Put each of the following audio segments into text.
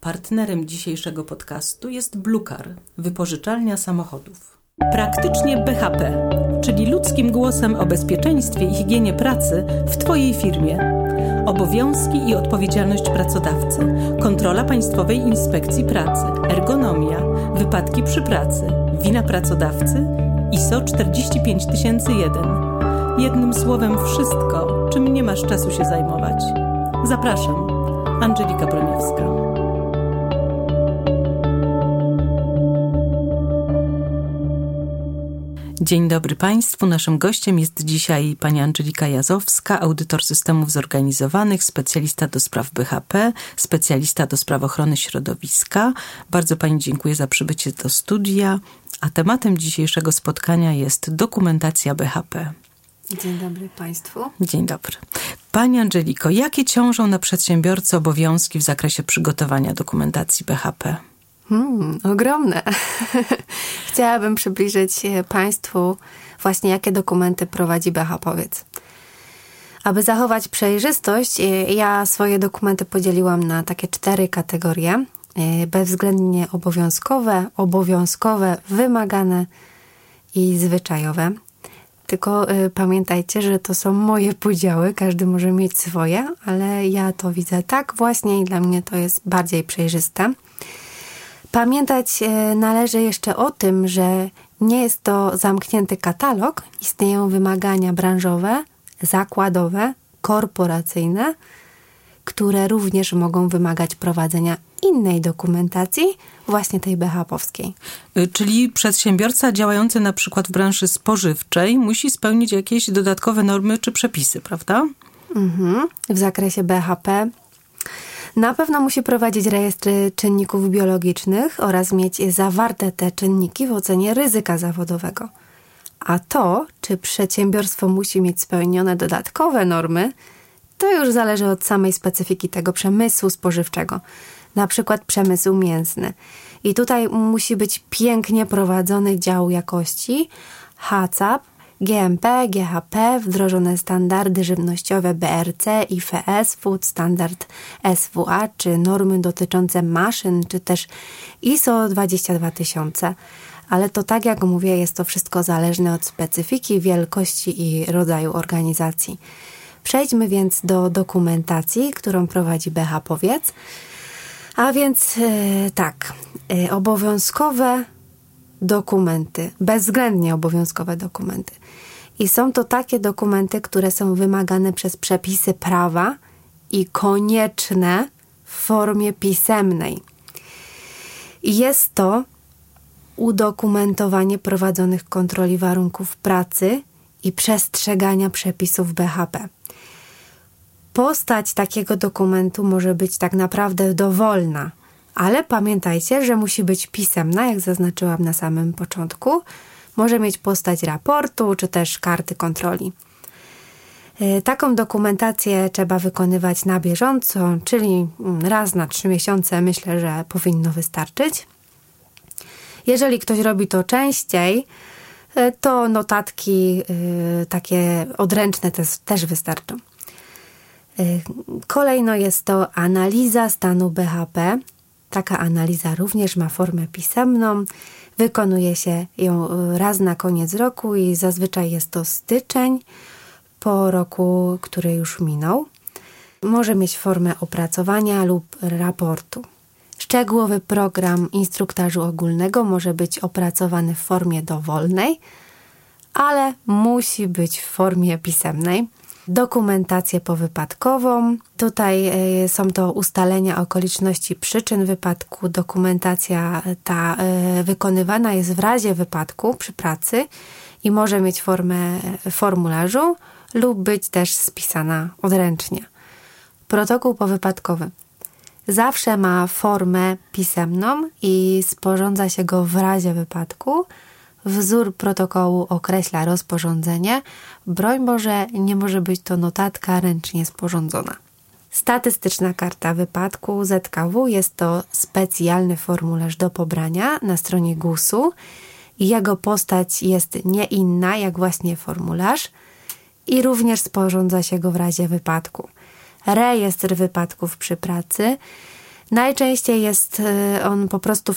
Partnerem dzisiejszego podcastu jest Bluecar, wypożyczalnia samochodów. Praktycznie BHP, czyli ludzkim głosem o bezpieczeństwie i higienie pracy w Twojej firmie. Obowiązki i odpowiedzialność pracodawcy, kontrola Państwowej Inspekcji Pracy, ergonomia, wypadki przy pracy, wina pracodawcy, ISO 45001. Jednym słowem wszystko, czym nie masz czasu się zajmować. Zapraszam, Angelika Broniewska. Dzień dobry Państwu. Naszym gościem jest dzisiaj pani Angelika Jazowska, audytor systemów zorganizowanych, specjalista do spraw BHP, specjalista do spraw ochrony środowiska. Bardzo pani dziękuję za przybycie do studia, a tematem dzisiejszego spotkania jest dokumentacja BHP. Dzień dobry Państwu. Dzień dobry. Pani Angeliko, jakie ciążą na przedsiębiorcy obowiązki w zakresie przygotowania dokumentacji BHP? Ogromne. Chciałabym przybliżyć Państwu właśnie, jakie dokumenty prowadzi BHP-owiec. Aby zachować przejrzystość, ja swoje dokumenty podzieliłam na takie 4 kategorie. Bezwzględnie obowiązkowe, wymagane i zwyczajowe. Tylko pamiętajcie, że to są moje podziały, każdy może mieć swoje, ale ja to widzę tak właśnie i dla mnie to jest bardziej przejrzyste. Pamiętać należy jeszcze o tym, że nie jest to zamknięty katalog. Istnieją wymagania branżowe, zakładowe, korporacyjne, które również mogą wymagać prowadzenia innej dokumentacji, właśnie tej BHP-owskiej. Czyli przedsiębiorca działający na przykład w branży spożywczej musi spełnić jakieś dodatkowe normy czy przepisy, prawda? W zakresie BHP na pewno musi prowadzić rejestry czynników biologicznych oraz mieć zawarte te czynniki w ocenie ryzyka zawodowego. A to, czy przedsiębiorstwo musi mieć spełnione dodatkowe normy, to już zależy od samej specyfiki tego przemysłu spożywczego. Na przykład przemysł mięsny. I tutaj musi być pięknie prowadzony dział jakości, HACCP, GMP, GHP, wdrożone standardy żywnościowe BRC, IFS, Food Standard SWA, czy normy dotyczące maszyn, czy też ISO 22000. Ale to tak jak mówię, jest to wszystko zależne od specyfiki, wielkości i rodzaju organizacji. Przejdźmy więc do dokumentacji, którą prowadzi BHP-owiec. A więc obowiązkowe dokumenty, bezwzględnie obowiązkowe dokumenty. I są to takie dokumenty, które są wymagane przez przepisy prawa i konieczne w formie pisemnej. I jest to udokumentowanie prowadzonych kontroli warunków pracy i przestrzegania przepisów BHP. Postać takiego dokumentu może być tak naprawdę dowolna, ale pamiętajcie, że musi być pisemna, jak zaznaczyłam na samym początku. Może mieć postać raportu, czy też karty kontroli. Taką dokumentację trzeba wykonywać na bieżąco, czyli raz na 3 miesiące myślę, że powinno wystarczyć. Jeżeli ktoś robi to częściej, to notatki takie odręczne też wystarczą. Kolejno jest to analiza stanu BHP. Taka analiza również ma formę pisemną. Wykonuje się ją raz na koniec roku i zazwyczaj jest to styczeń po roku, który już minął. Może mieć formę opracowania lub raportu. Szczegółowy program instruktażu ogólnego może być opracowany w formie dowolnej, ale musi być w formie pisemnej. Dokumentację powypadkową. Tutaj są to ustalenia okoliczności przyczyn wypadku. Dokumentacja ta wykonywana jest w razie wypadku przy pracy i może mieć formę formularzu lub być też spisana odręcznie. Protokół powypadkowy zawsze ma formę pisemną i sporządza się go w razie wypadku. Wzór protokołu określa rozporządzenie. Broń Boże, nie może być to notatka ręcznie sporządzona. Statystyczna karta wypadku ZKW jest to specjalny formularz do pobrania na stronie GUS-u i jego postać jest nie inna jak właśnie formularz i również sporządza się go w razie wypadku. Rejestr wypadków przy pracy Najczęściej jest on po prostu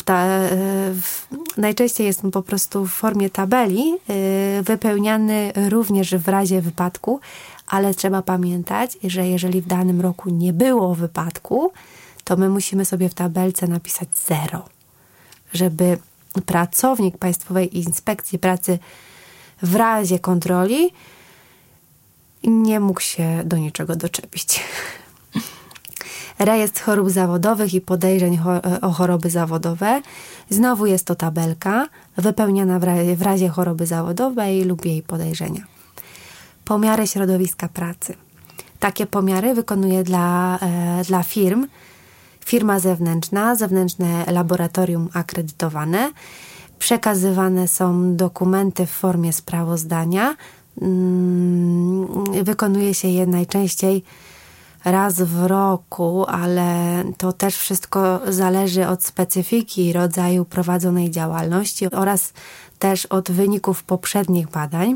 w formie tabeli, wypełniany również w razie wypadku, ale trzeba pamiętać, że jeżeli w danym roku nie było wypadku, to my musimy sobie w tabelce napisać 0, żeby pracownik Państwowej Inspekcji Pracy w razie kontroli nie mógł się do niczego doczepić. Rejestr chorób zawodowych i podejrzeń o choroby zawodowe. Znowu jest to tabelka wypełniana w razie choroby zawodowej lub jej podejrzenia. Pomiary środowiska pracy. Takie pomiary wykonuje dla firm firma zewnętrzna, zewnętrzne laboratorium akredytowane. Przekazywane są dokumenty w formie sprawozdania. Wykonuje się je najczęściej raz w roku, ale to też wszystko zależy od specyfiki i rodzaju prowadzonej działalności oraz też od wyników poprzednich badań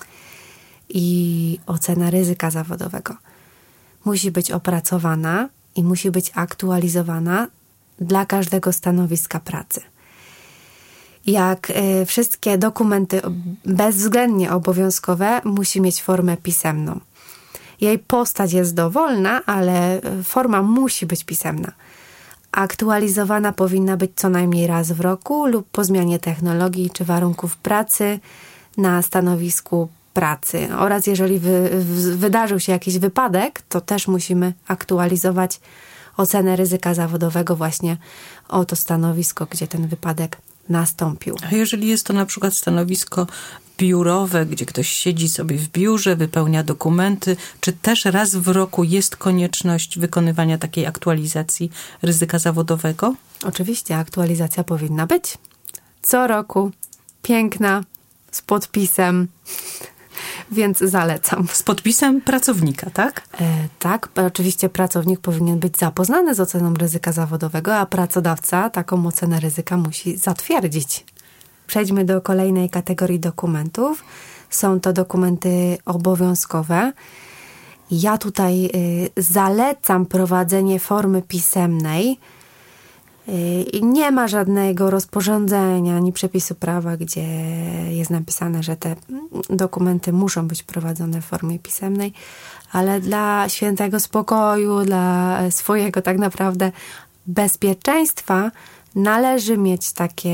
i ocena ryzyka zawodowego. Musi być opracowana i musi być aktualizowana dla każdego stanowiska pracy. Jak wszystkie dokumenty bezwzględnie obowiązkowe, musi mieć formę pisemną. Jej postać jest dowolna, ale forma musi być pisemna. Aktualizowana powinna być co najmniej raz w roku lub po zmianie technologii czy warunków pracy na stanowisku pracy. Oraz jeżeli wydarzył się jakiś wypadek, to też musimy aktualizować ocenę ryzyka zawodowego właśnie o to stanowisko, gdzie ten wypadek nastąpił. A jeżeli jest to na przykład stanowisko biurowe, gdzie ktoś siedzi sobie w biurze, wypełnia dokumenty, czy też raz w roku jest konieczność wykonywania takiej aktualizacji ryzyka zawodowego? Oczywiście, aktualizacja powinna być. Co roku, piękna, z podpisem, więc zalecam. Z podpisem pracownika, tak? Tak, oczywiście pracownik powinien być zapoznany z oceną ryzyka zawodowego, a pracodawca taką ocenę ryzyka musi zatwierdzić. Przejdźmy do kolejnej kategorii dokumentów. Są to dokumenty obowiązkowe. Ja tutaj zalecam prowadzenie formy pisemnej. Nie ma żadnego rozporządzenia ani przepisu prawa, gdzie jest napisane, że te dokumenty muszą być prowadzone w formie pisemnej, ale dla świętego spokoju, dla swojego tak naprawdę bezpieczeństwa należy mieć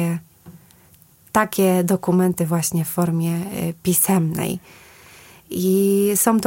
takie dokumenty właśnie w formie pisemnej. I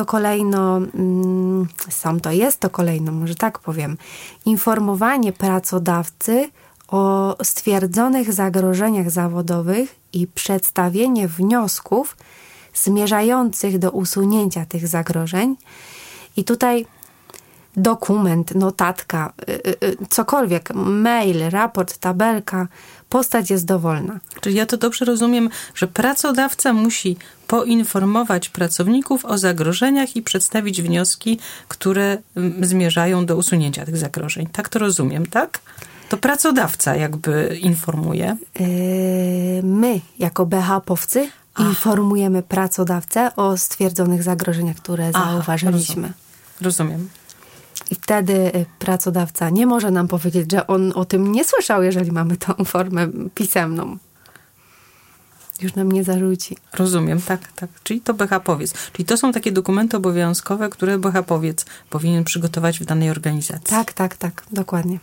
jest to kolejno, może tak powiem, informowanie pracodawcy o stwierdzonych zagrożeniach zawodowych i przedstawienie wniosków zmierzających do usunięcia tych zagrożeń. I tutaj dokument, notatka, cokolwiek, mail, raport, tabelka, postać jest dowolna. Czyli ja to dobrze rozumiem, że pracodawca musi poinformować pracowników o zagrożeniach i przedstawić wnioski, które zmierzają do usunięcia tych zagrożeń. Tak to rozumiem, tak? To pracodawca jakby informuje. My, jako BHP-owcy, informujemy pracodawcę o stwierdzonych zagrożeniach, które zauważyliśmy. Rozumiem. I wtedy pracodawca nie może nam powiedzieć, że on o tym nie słyszał, jeżeli mamy tą formę pisemną. Już nam nie zarzuci. Rozumiem, tak. Czyli to BHP-owiec. Czyli to są takie dokumenty obowiązkowe, które BHP-owiec powinien przygotować w danej organizacji. Tak, dokładnie.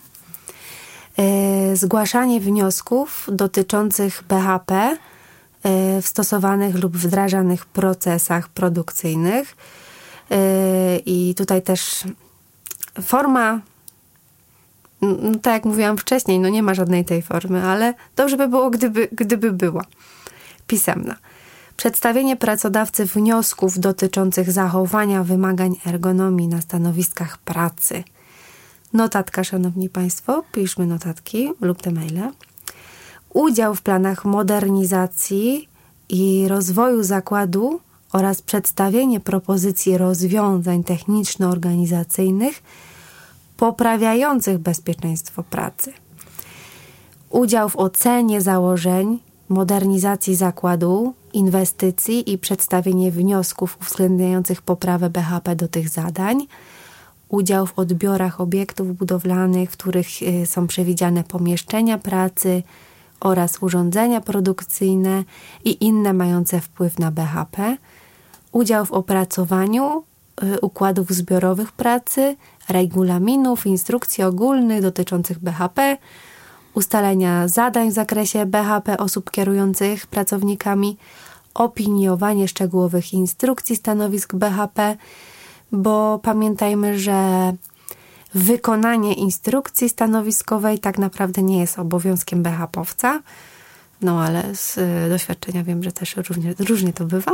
Zgłaszanie wniosków dotyczących BHP w stosowanych lub wdrażanych procesach produkcyjnych. I tutaj też forma, tak jak mówiłam wcześniej, nie ma żadnej tej formy, ale dobrze by było, gdyby była pisemna. Przedstawienie pracodawcy wniosków dotyczących zachowania wymagań ergonomii na stanowiskach pracy. Notatka, szanowni państwo, piszmy notatki lub te maile. Udział w planach modernizacji i rozwoju zakładu oraz przedstawienie propozycji rozwiązań techniczno-organizacyjnych poprawiających bezpieczeństwo pracy. Udział w ocenie założeń, modernizacji zakładu, inwestycji i przedstawienie wniosków uwzględniających poprawę BHP do tych zadań. udział w odbiorach obiektów budowlanych, w których są przewidziane pomieszczenia pracy oraz urządzenia produkcyjne i inne mające wpływ na BHP, udział w opracowaniu układów zbiorowych pracy, regulaminów, instrukcji ogólnych dotyczących BHP, ustalenia zadań w zakresie BHP osób kierujących pracownikami, opiniowanie szczegółowych instrukcji stanowisk BHP, bo pamiętajmy, że wykonanie instrukcji stanowiskowej tak naprawdę nie jest obowiązkiem BHP-owca, no ale z doświadczenia wiem, że też różnie to bywa.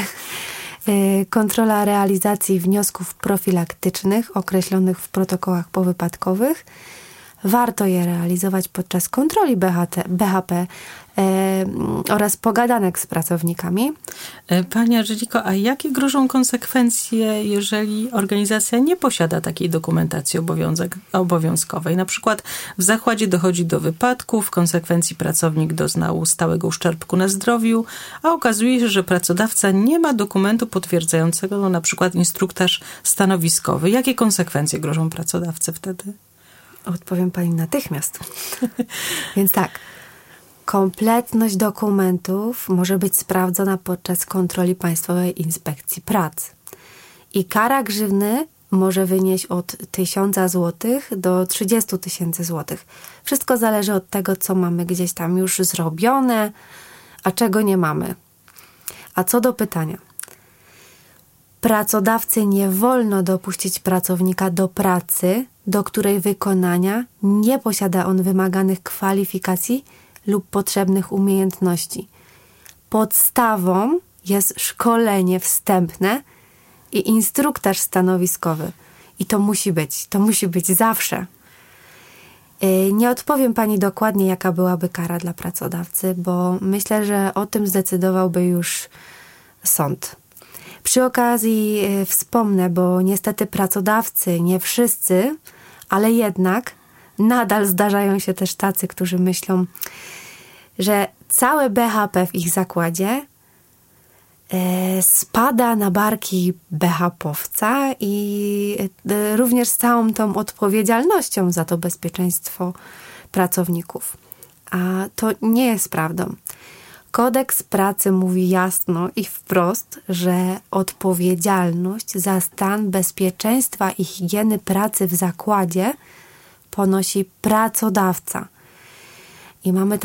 Kontrola realizacji wniosków profilaktycznych określonych w protokołach powypadkowych. Warto je realizować podczas kontroli BHP oraz pogadanek z pracownikami. Pani Anżeliko, a jakie grożą konsekwencje, jeżeli organizacja nie posiada takiej dokumentacji obowiązkowej? Na przykład w zakładzie dochodzi do wypadku, w konsekwencji pracownik doznał stałego uszczerbku na zdrowiu, a okazuje się, że pracodawca nie ma dokumentu potwierdzającego na przykład instruktaż stanowiskowy. Jakie konsekwencje grożą pracodawcy wtedy? Odpowiem pani natychmiast. Więc tak, kompletność dokumentów może być sprawdzona podczas kontroli Państwowej Inspekcji Pracy. I kara grzywny może wynieść od 1000 zł do 30 000 zł. Wszystko zależy od tego, co mamy gdzieś tam już zrobione, a czego nie mamy. A co do pytania. Pracodawcy nie wolno dopuścić pracownika do pracy, do której wykonania nie posiada on wymaganych kwalifikacji lub potrzebnych umiejętności. Podstawą jest szkolenie wstępne i instruktaż stanowiskowy. I to musi być zawsze. Nie odpowiem pani dokładnie, jaka byłaby kara dla pracodawcy, bo myślę, że o tym zdecydowałby już sąd. Przy okazji wspomnę, bo niestety pracodawcy, nie wszyscy, ale jednak nadal zdarzają się też tacy, którzy myślą, że całe BHP w ich zakładzie spada na barki BHP-owca i również z całą tą odpowiedzialnością za to bezpieczeństwo pracowników. A to nie jest prawdą. Kodeks pracy mówi jasno i wprost, że odpowiedzialność za stan bezpieczeństwa i higieny pracy w zakładzie ponosi pracodawca. I mamy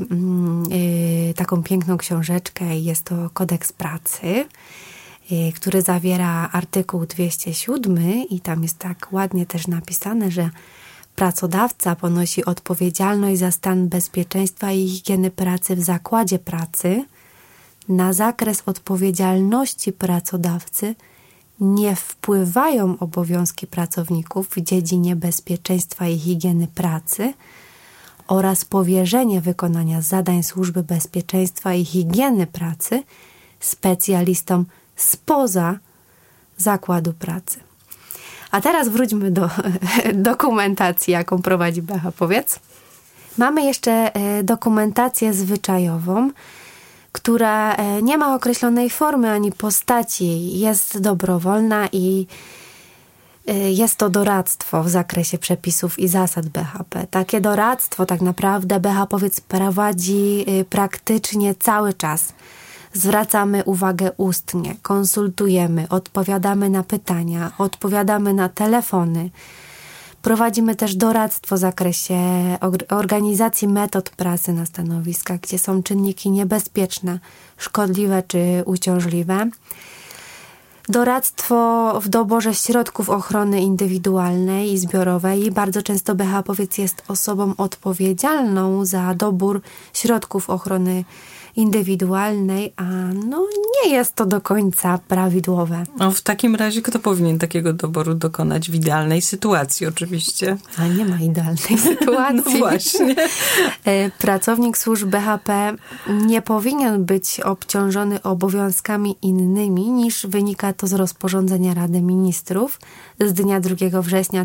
taką piękną książeczkę, jest to Kodeks pracy, który zawiera artykuł 207 i tam jest tak ładnie też napisane, że pracodawca ponosi odpowiedzialność za stan bezpieczeństwa i higieny pracy w zakładzie pracy. Na zakres odpowiedzialności pracodawcy nie wpływają obowiązki pracowników w dziedzinie bezpieczeństwa i higieny pracy oraz powierzenie wykonania zadań służby bezpieczeństwa i higieny pracy specjalistom spoza zakładu pracy. A teraz wróćmy do dokumentacji, jaką prowadzi BHP-owiec. Mamy jeszcze dokumentację zwyczajową, która nie ma określonej formy ani postaci. Jest dobrowolna i jest to doradztwo w zakresie przepisów i zasad BHP. Takie doradztwo tak naprawdę BHP-owiec prowadzi praktycznie cały czas. Zwracamy uwagę ustnie, konsultujemy, odpowiadamy na pytania, odpowiadamy na telefony. Prowadzimy też doradztwo w zakresie organizacji metod pracy na stanowiskach, gdzie są czynniki niebezpieczne, szkodliwe czy uciążliwe. Doradztwo w doborze środków ochrony indywidualnej i zbiorowej. Bardzo często BHP-owiec jest osobą odpowiedzialną za dobór środków ochrony indywidualnej, a nie jest to do końca prawidłowe. W takim razie kto powinien takiego doboru dokonać w idealnej sytuacji oczywiście? A nie ma idealnej sytuacji. No właśnie. Pracownik służb BHP nie powinien być obciążony obowiązkami innymi niż wynika to z rozporządzenia Rady Ministrów z dnia 2 września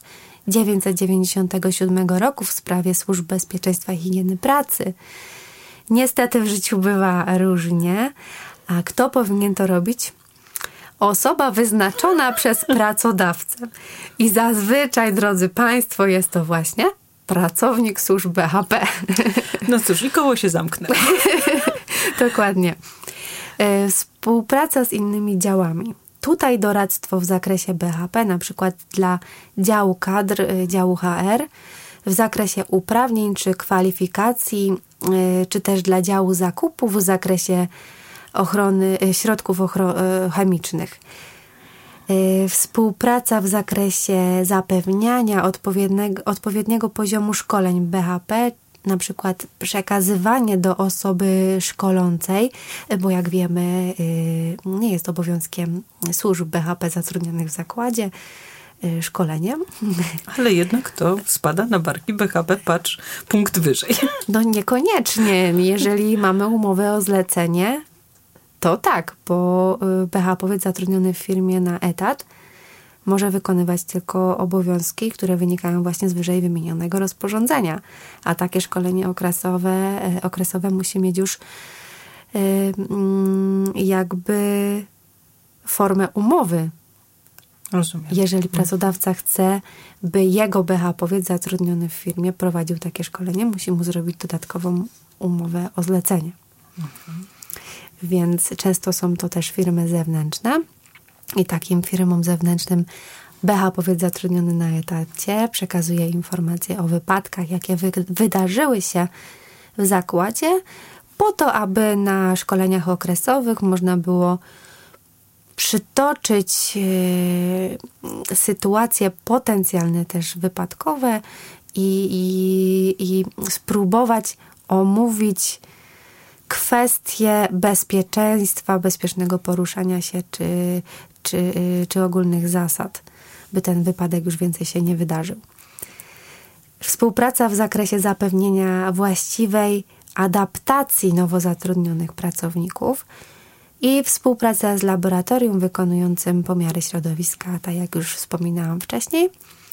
1997 roku w sprawie służb bezpieczeństwa i higieny pracy. Niestety w życiu bywa różnie. A kto powinien to robić? osoba wyznaczona przez pracodawcę. I zazwyczaj, drodzy Państwo, jest to właśnie pracownik służb BHP. No cóż, i koło się zamknęło. Dokładnie. Współpraca z innymi działami. Tutaj doradztwo w zakresie BHP, na przykład dla działu kadr, działu HR, w zakresie uprawnień czy kwalifikacji, czy też dla działu zakupów w zakresie ochrony środków chemicznych. Współpraca w zakresie zapewniania odpowiedniego poziomu szkoleń BHP, na przykład przekazywanie do osoby szkolącej, bo jak wiemy, nie jest obowiązkiem służb BHP zatrudnionych w zakładzie szkolenie. Ale jednak to spada na barki BHP, patrz, punkt wyżej. No niekoniecznie. Jeżeli mamy umowę o zlecenie, to tak, bo BHP-owiec zatrudniony w firmie na etat może wykonywać tylko obowiązki, które wynikają właśnie z wyżej wymienionego rozporządzenia. A takie szkolenie okresowe musi mieć już jakby formę umowy. Rozumiem. Jeżeli pracodawca chce, by jego BHP-owiec zatrudniony w firmie prowadził takie szkolenie, musi mu zrobić dodatkową umowę o zlecenie. Więc często są to też firmy zewnętrzne i takim firmom zewnętrznym BHP-owiec zatrudniony na etacie przekazuje informacje o wypadkach, jakie wydarzyły się w zakładzie, po to, aby na szkoleniach okresowych można było przytoczyć sytuacje potencjalne też wypadkowe i spróbować omówić kwestie bezpieczeństwa, bezpiecznego poruszania się czy ogólnych zasad, by ten wypadek już więcej się nie wydarzył. Współpraca w zakresie zapewnienia właściwej adaptacji nowo zatrudnionych pracowników i współpraca z laboratorium wykonującym pomiary środowiska, tak jak już wspominałam wcześniej.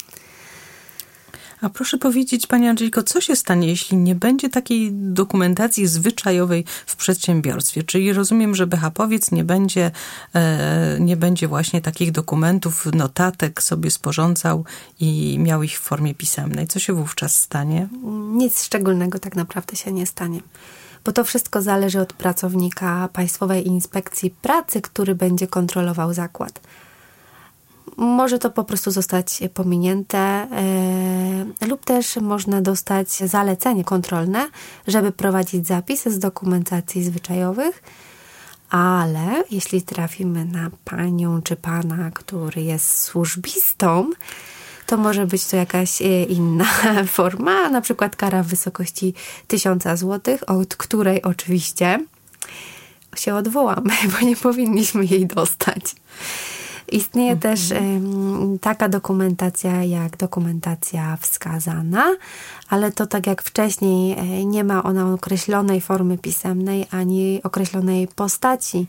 A proszę powiedzieć, Pani Andrzejko, co się stanie, jeśli nie będzie takiej dokumentacji zwyczajowej w przedsiębiorstwie? Czyli rozumiem, że BHP-owiec nie będzie właśnie takich dokumentów, notatek sobie sporządzał i miał ich w formie pisemnej. Co się wówczas stanie? Nic szczególnego tak naprawdę się nie stanie. Bo to wszystko zależy od pracownika Państwowej Inspekcji Pracy, który będzie kontrolował zakład. Może to po prostu zostać pominięte lub też można dostać zalecenie kontrolne, żeby prowadzić zapisy z dokumentacji zwyczajowych, ale jeśli trafimy na panią czy pana, który jest służbistą, to może być to jakaś inna forma, na przykład kara w wysokości 1000 zł, od której oczywiście się odwołamy, bo nie powinniśmy jej dostać. Istnieje też taka dokumentacja jak dokumentacja wskazana, ale to tak jak wcześniej nie ma ona określonej formy pisemnej ani określonej postaci.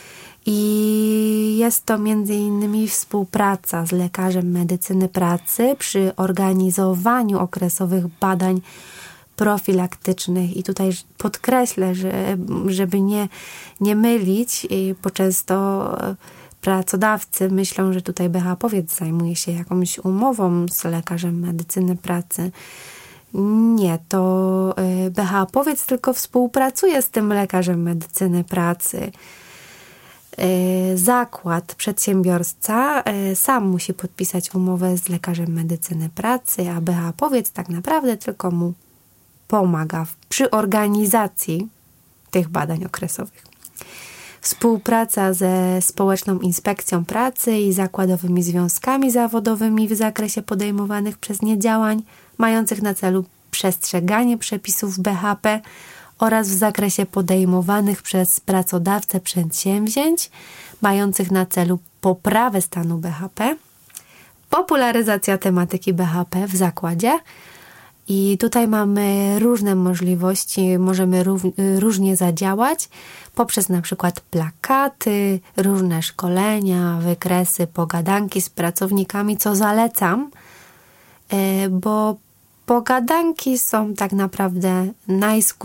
I jest to między innymi współpraca z lekarzem medycyny pracy przy organizowaniu okresowych badań profilaktycznych. I tutaj podkreślę, żeby nie mylić, bo często pracodawcy myślą, że tutaj BHP-owiec zajmuje się jakąś umową z lekarzem medycyny pracy. Nie, to BHP-owiec tylko współpracuje z tym lekarzem medycyny pracy. Zakład, przedsiębiorca sam musi podpisać umowę z lekarzem medycyny pracy, a BHP-owiec tak naprawdę tylko mu pomaga przy organizacji tych badań okresowych. Współpraca ze Społeczną Inspekcją Pracy i zakładowymi związkami zawodowymi w zakresie podejmowanych przez nie działań mających na celu przestrzeganie przepisów BHP oraz w zakresie podejmowanych przez pracodawcę przedsięwzięć mających na celu poprawę stanu BHP, popularyzacja tematyki BHP w zakładzie. I tutaj mamy różne możliwości, możemy różnie zadziałać poprzez na przykład plakaty, różne szkolenia, wykresy, pogadanki z pracownikami, co zalecam, bo pogadanki są tak naprawdę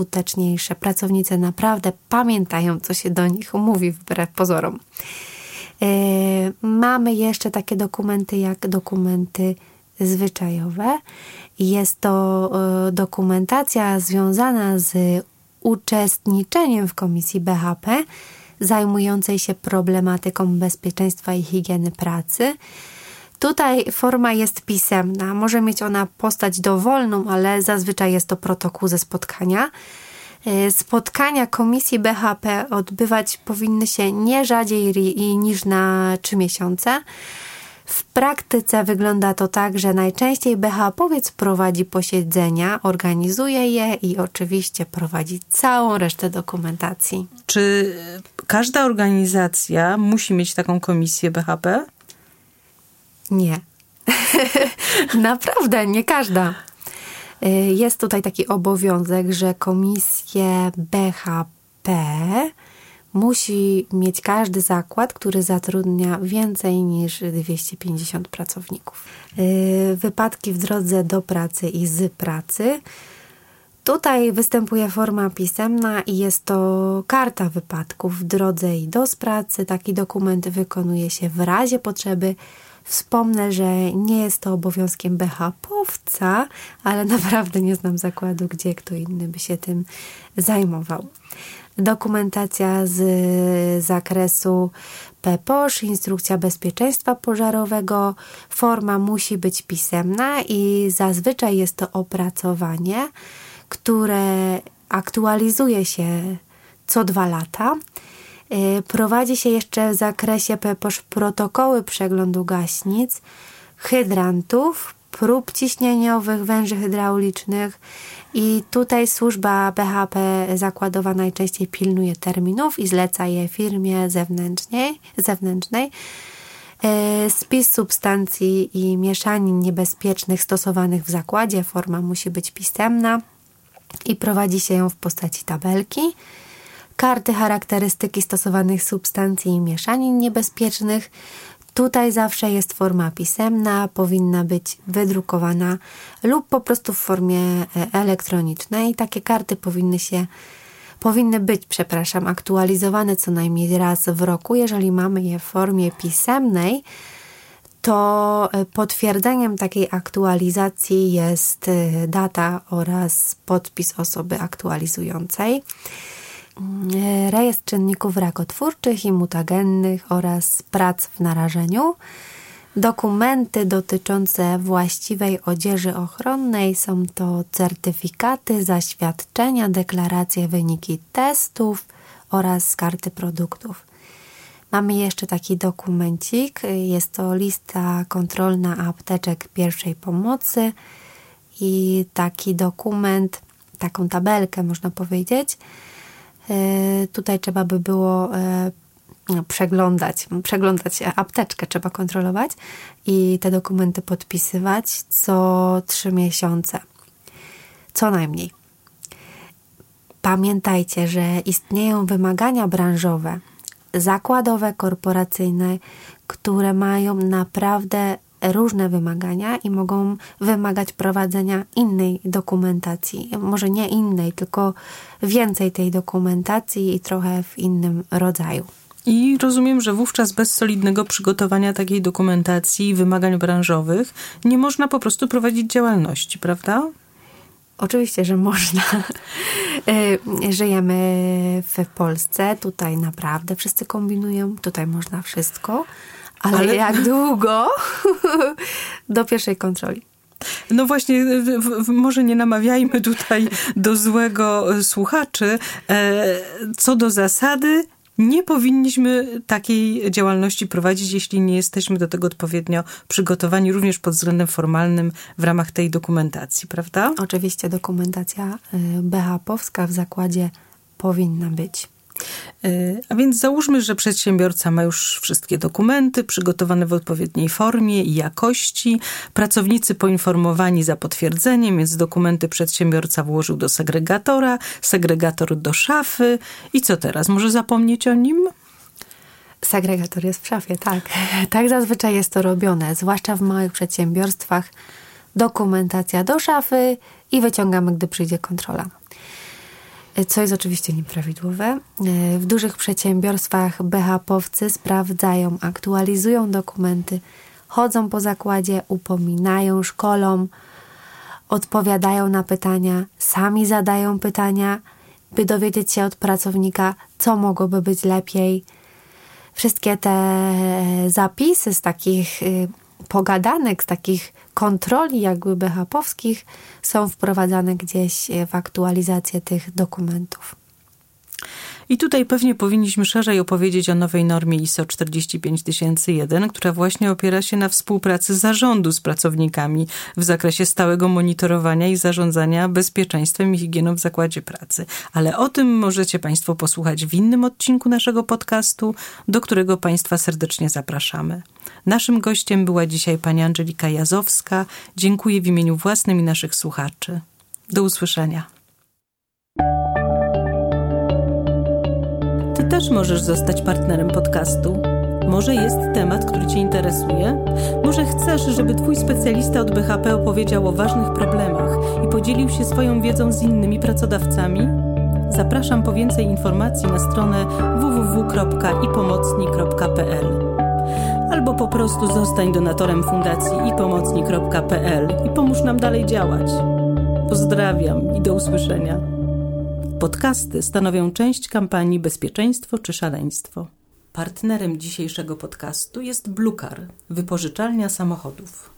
najskuteczniejsze. Pracownicy naprawdę pamiętają, co się do nich mówi wbrew pozorom. Mamy jeszcze takie dokumenty jak dokumenty zwyczajowe. Jest to dokumentacja związana z uczestniczeniem w komisji BHP zajmującej się problematyką bezpieczeństwa i higieny pracy. Tutaj forma jest pisemna. Może mieć ona postać dowolną, ale zazwyczaj jest to protokół ze spotkania. Spotkania komisji BHP odbywać powinny się nie rzadziej niż na 3 miesiące. W praktyce wygląda to tak, że najczęściej BHP-owiec prowadzi posiedzenia, organizuje je i oczywiście prowadzi całą resztę dokumentacji. Czy każda organizacja musi mieć taką komisję BHP? Nie. Naprawdę, nie każda. Jest tutaj taki obowiązek, że komisję BHP musi mieć każdy zakład, który zatrudnia więcej niż 250 pracowników. Wypadki w drodze do pracy i z pracy. Tutaj występuje forma pisemna i jest to karta wypadków w drodze i do pracy. Taki dokument wykonuje się w razie potrzeby. Wspomnę, że nie jest to obowiązkiem BHP-owca, ale naprawdę nie znam zakładu, gdzie kto inny by się tym zajmował. Dokumentacja z zakresu PPOŚ, instrukcja bezpieczeństwa pożarowego. Forma musi być pisemna i zazwyczaj jest to opracowanie, które aktualizuje się co 2 lata. Prowadzi się jeszcze w zakresie PPOŚ protokoły przeglądu gaśnic, hydrantów, prób ciśnieniowych, węży hydraulicznych i tutaj służba BHP zakładowa najczęściej pilnuje terminów i zleca je firmie zewnętrznej. Spis substancji i mieszanin niebezpiecznych stosowanych w zakładzie. Forma musi być pisemna i prowadzi się ją w postaci tabelki. Karty charakterystyki stosowanych substancji i mieszanin niebezpiecznych. Tutaj zawsze jest forma pisemna, powinna być wydrukowana lub po prostu w formie elektronicznej. Takie karty powinny być aktualizowane co najmniej raz w roku. Jeżeli mamy je w formie pisemnej, to potwierdzeniem takiej aktualizacji jest data oraz podpis osoby aktualizującej. Rejestr czynników rakotwórczych i mutagennych oraz prac w narażeniu. Dokumenty dotyczące właściwej odzieży ochronnej są to certyfikaty, zaświadczenia, deklaracje, wyniki testów oraz karty produktów. Mamy jeszcze taki dokumencik, jest to lista kontrolna apteczek pierwszej pomocy i taki dokument, taką tabelkę można powiedzieć. Tutaj trzeba by było przeglądać apteczkę, trzeba kontrolować i te dokumenty podpisywać co 3 miesiące. Co najmniej. Pamiętajcie, że istnieją wymagania branżowe, zakładowe, korporacyjne, które mają naprawdę różne wymagania i mogą wymagać prowadzenia innej dokumentacji. Może nie innej, tylko więcej tej dokumentacji i trochę w innym rodzaju. I rozumiem, że wówczas bez solidnego przygotowania takiej dokumentacji i wymagań branżowych nie można po prostu prowadzić działalności, prawda? Oczywiście, że można. Żyjemy w Polsce, tutaj naprawdę wszyscy kombinują, tutaj można wszystko, ale jak długo? Do pierwszej kontroli. No właśnie, może nie namawiajmy tutaj do złego słuchaczy. Co do zasady, nie powinniśmy takiej działalności prowadzić, jeśli nie jesteśmy do tego odpowiednio przygotowani, również pod względem formalnym w ramach tej dokumentacji, prawda? Oczywiście dokumentacja BHP-owska w zakładzie powinna być. A więc załóżmy, że przedsiębiorca ma już wszystkie dokumenty przygotowane w odpowiedniej formie i jakości. Pracownicy poinformowani za potwierdzeniem, więc dokumenty przedsiębiorca włożył do segregatora, segregator do szafy. I co teraz? Może zapomnieć o nim? Segregator jest w szafie, tak. Tak zazwyczaj jest to robione, zwłaszcza w małych przedsiębiorstwach. Dokumentacja do szafy i wyciągamy, gdy przyjdzie kontrola. co jest oczywiście nieprawidłowe. W dużych przedsiębiorstwach BHP-owcy sprawdzają, aktualizują dokumenty, chodzą po zakładzie, upominają, szkolą, odpowiadają na pytania, sami zadają pytania, by dowiedzieć się od pracownika, co mogłoby być lepiej. Wszystkie te zapisy z takich pogadanek, z takich kontroli jakby BHP-owskich są wprowadzane gdzieś w aktualizację tych dokumentów. I tutaj pewnie powinniśmy szerzej opowiedzieć o nowej normie ISO 45001, która właśnie opiera się na współpracy zarządu z pracownikami w zakresie stałego monitorowania i zarządzania bezpieczeństwem i higieną w zakładzie pracy. Ale o tym możecie Państwo posłuchać w innym odcinku naszego podcastu, do którego Państwa serdecznie zapraszamy. Naszym gościem była dzisiaj pani Angelika Jazowska. Dziękuję w imieniu własnym i naszych słuchaczy. Do usłyszenia. Ty też możesz zostać partnerem podcastu. Może jest temat, który Cię interesuje? Może chcesz, żeby Twój specjalista od BHP opowiedział o ważnych problemach i podzielił się swoją wiedzą z innymi pracodawcami? Zapraszam po więcej informacji na stronę www.ipomocni.pl albo po prostu zostań donatorem Fundacji ipomocni.pl i pomóż nam dalej działać. Pozdrawiam i do usłyszenia. Podcasty stanowią część kampanii Bezpieczeństwo czy Szaleństwo. Partnerem dzisiejszego podcastu jest Bluecar, wypożyczalnia samochodów.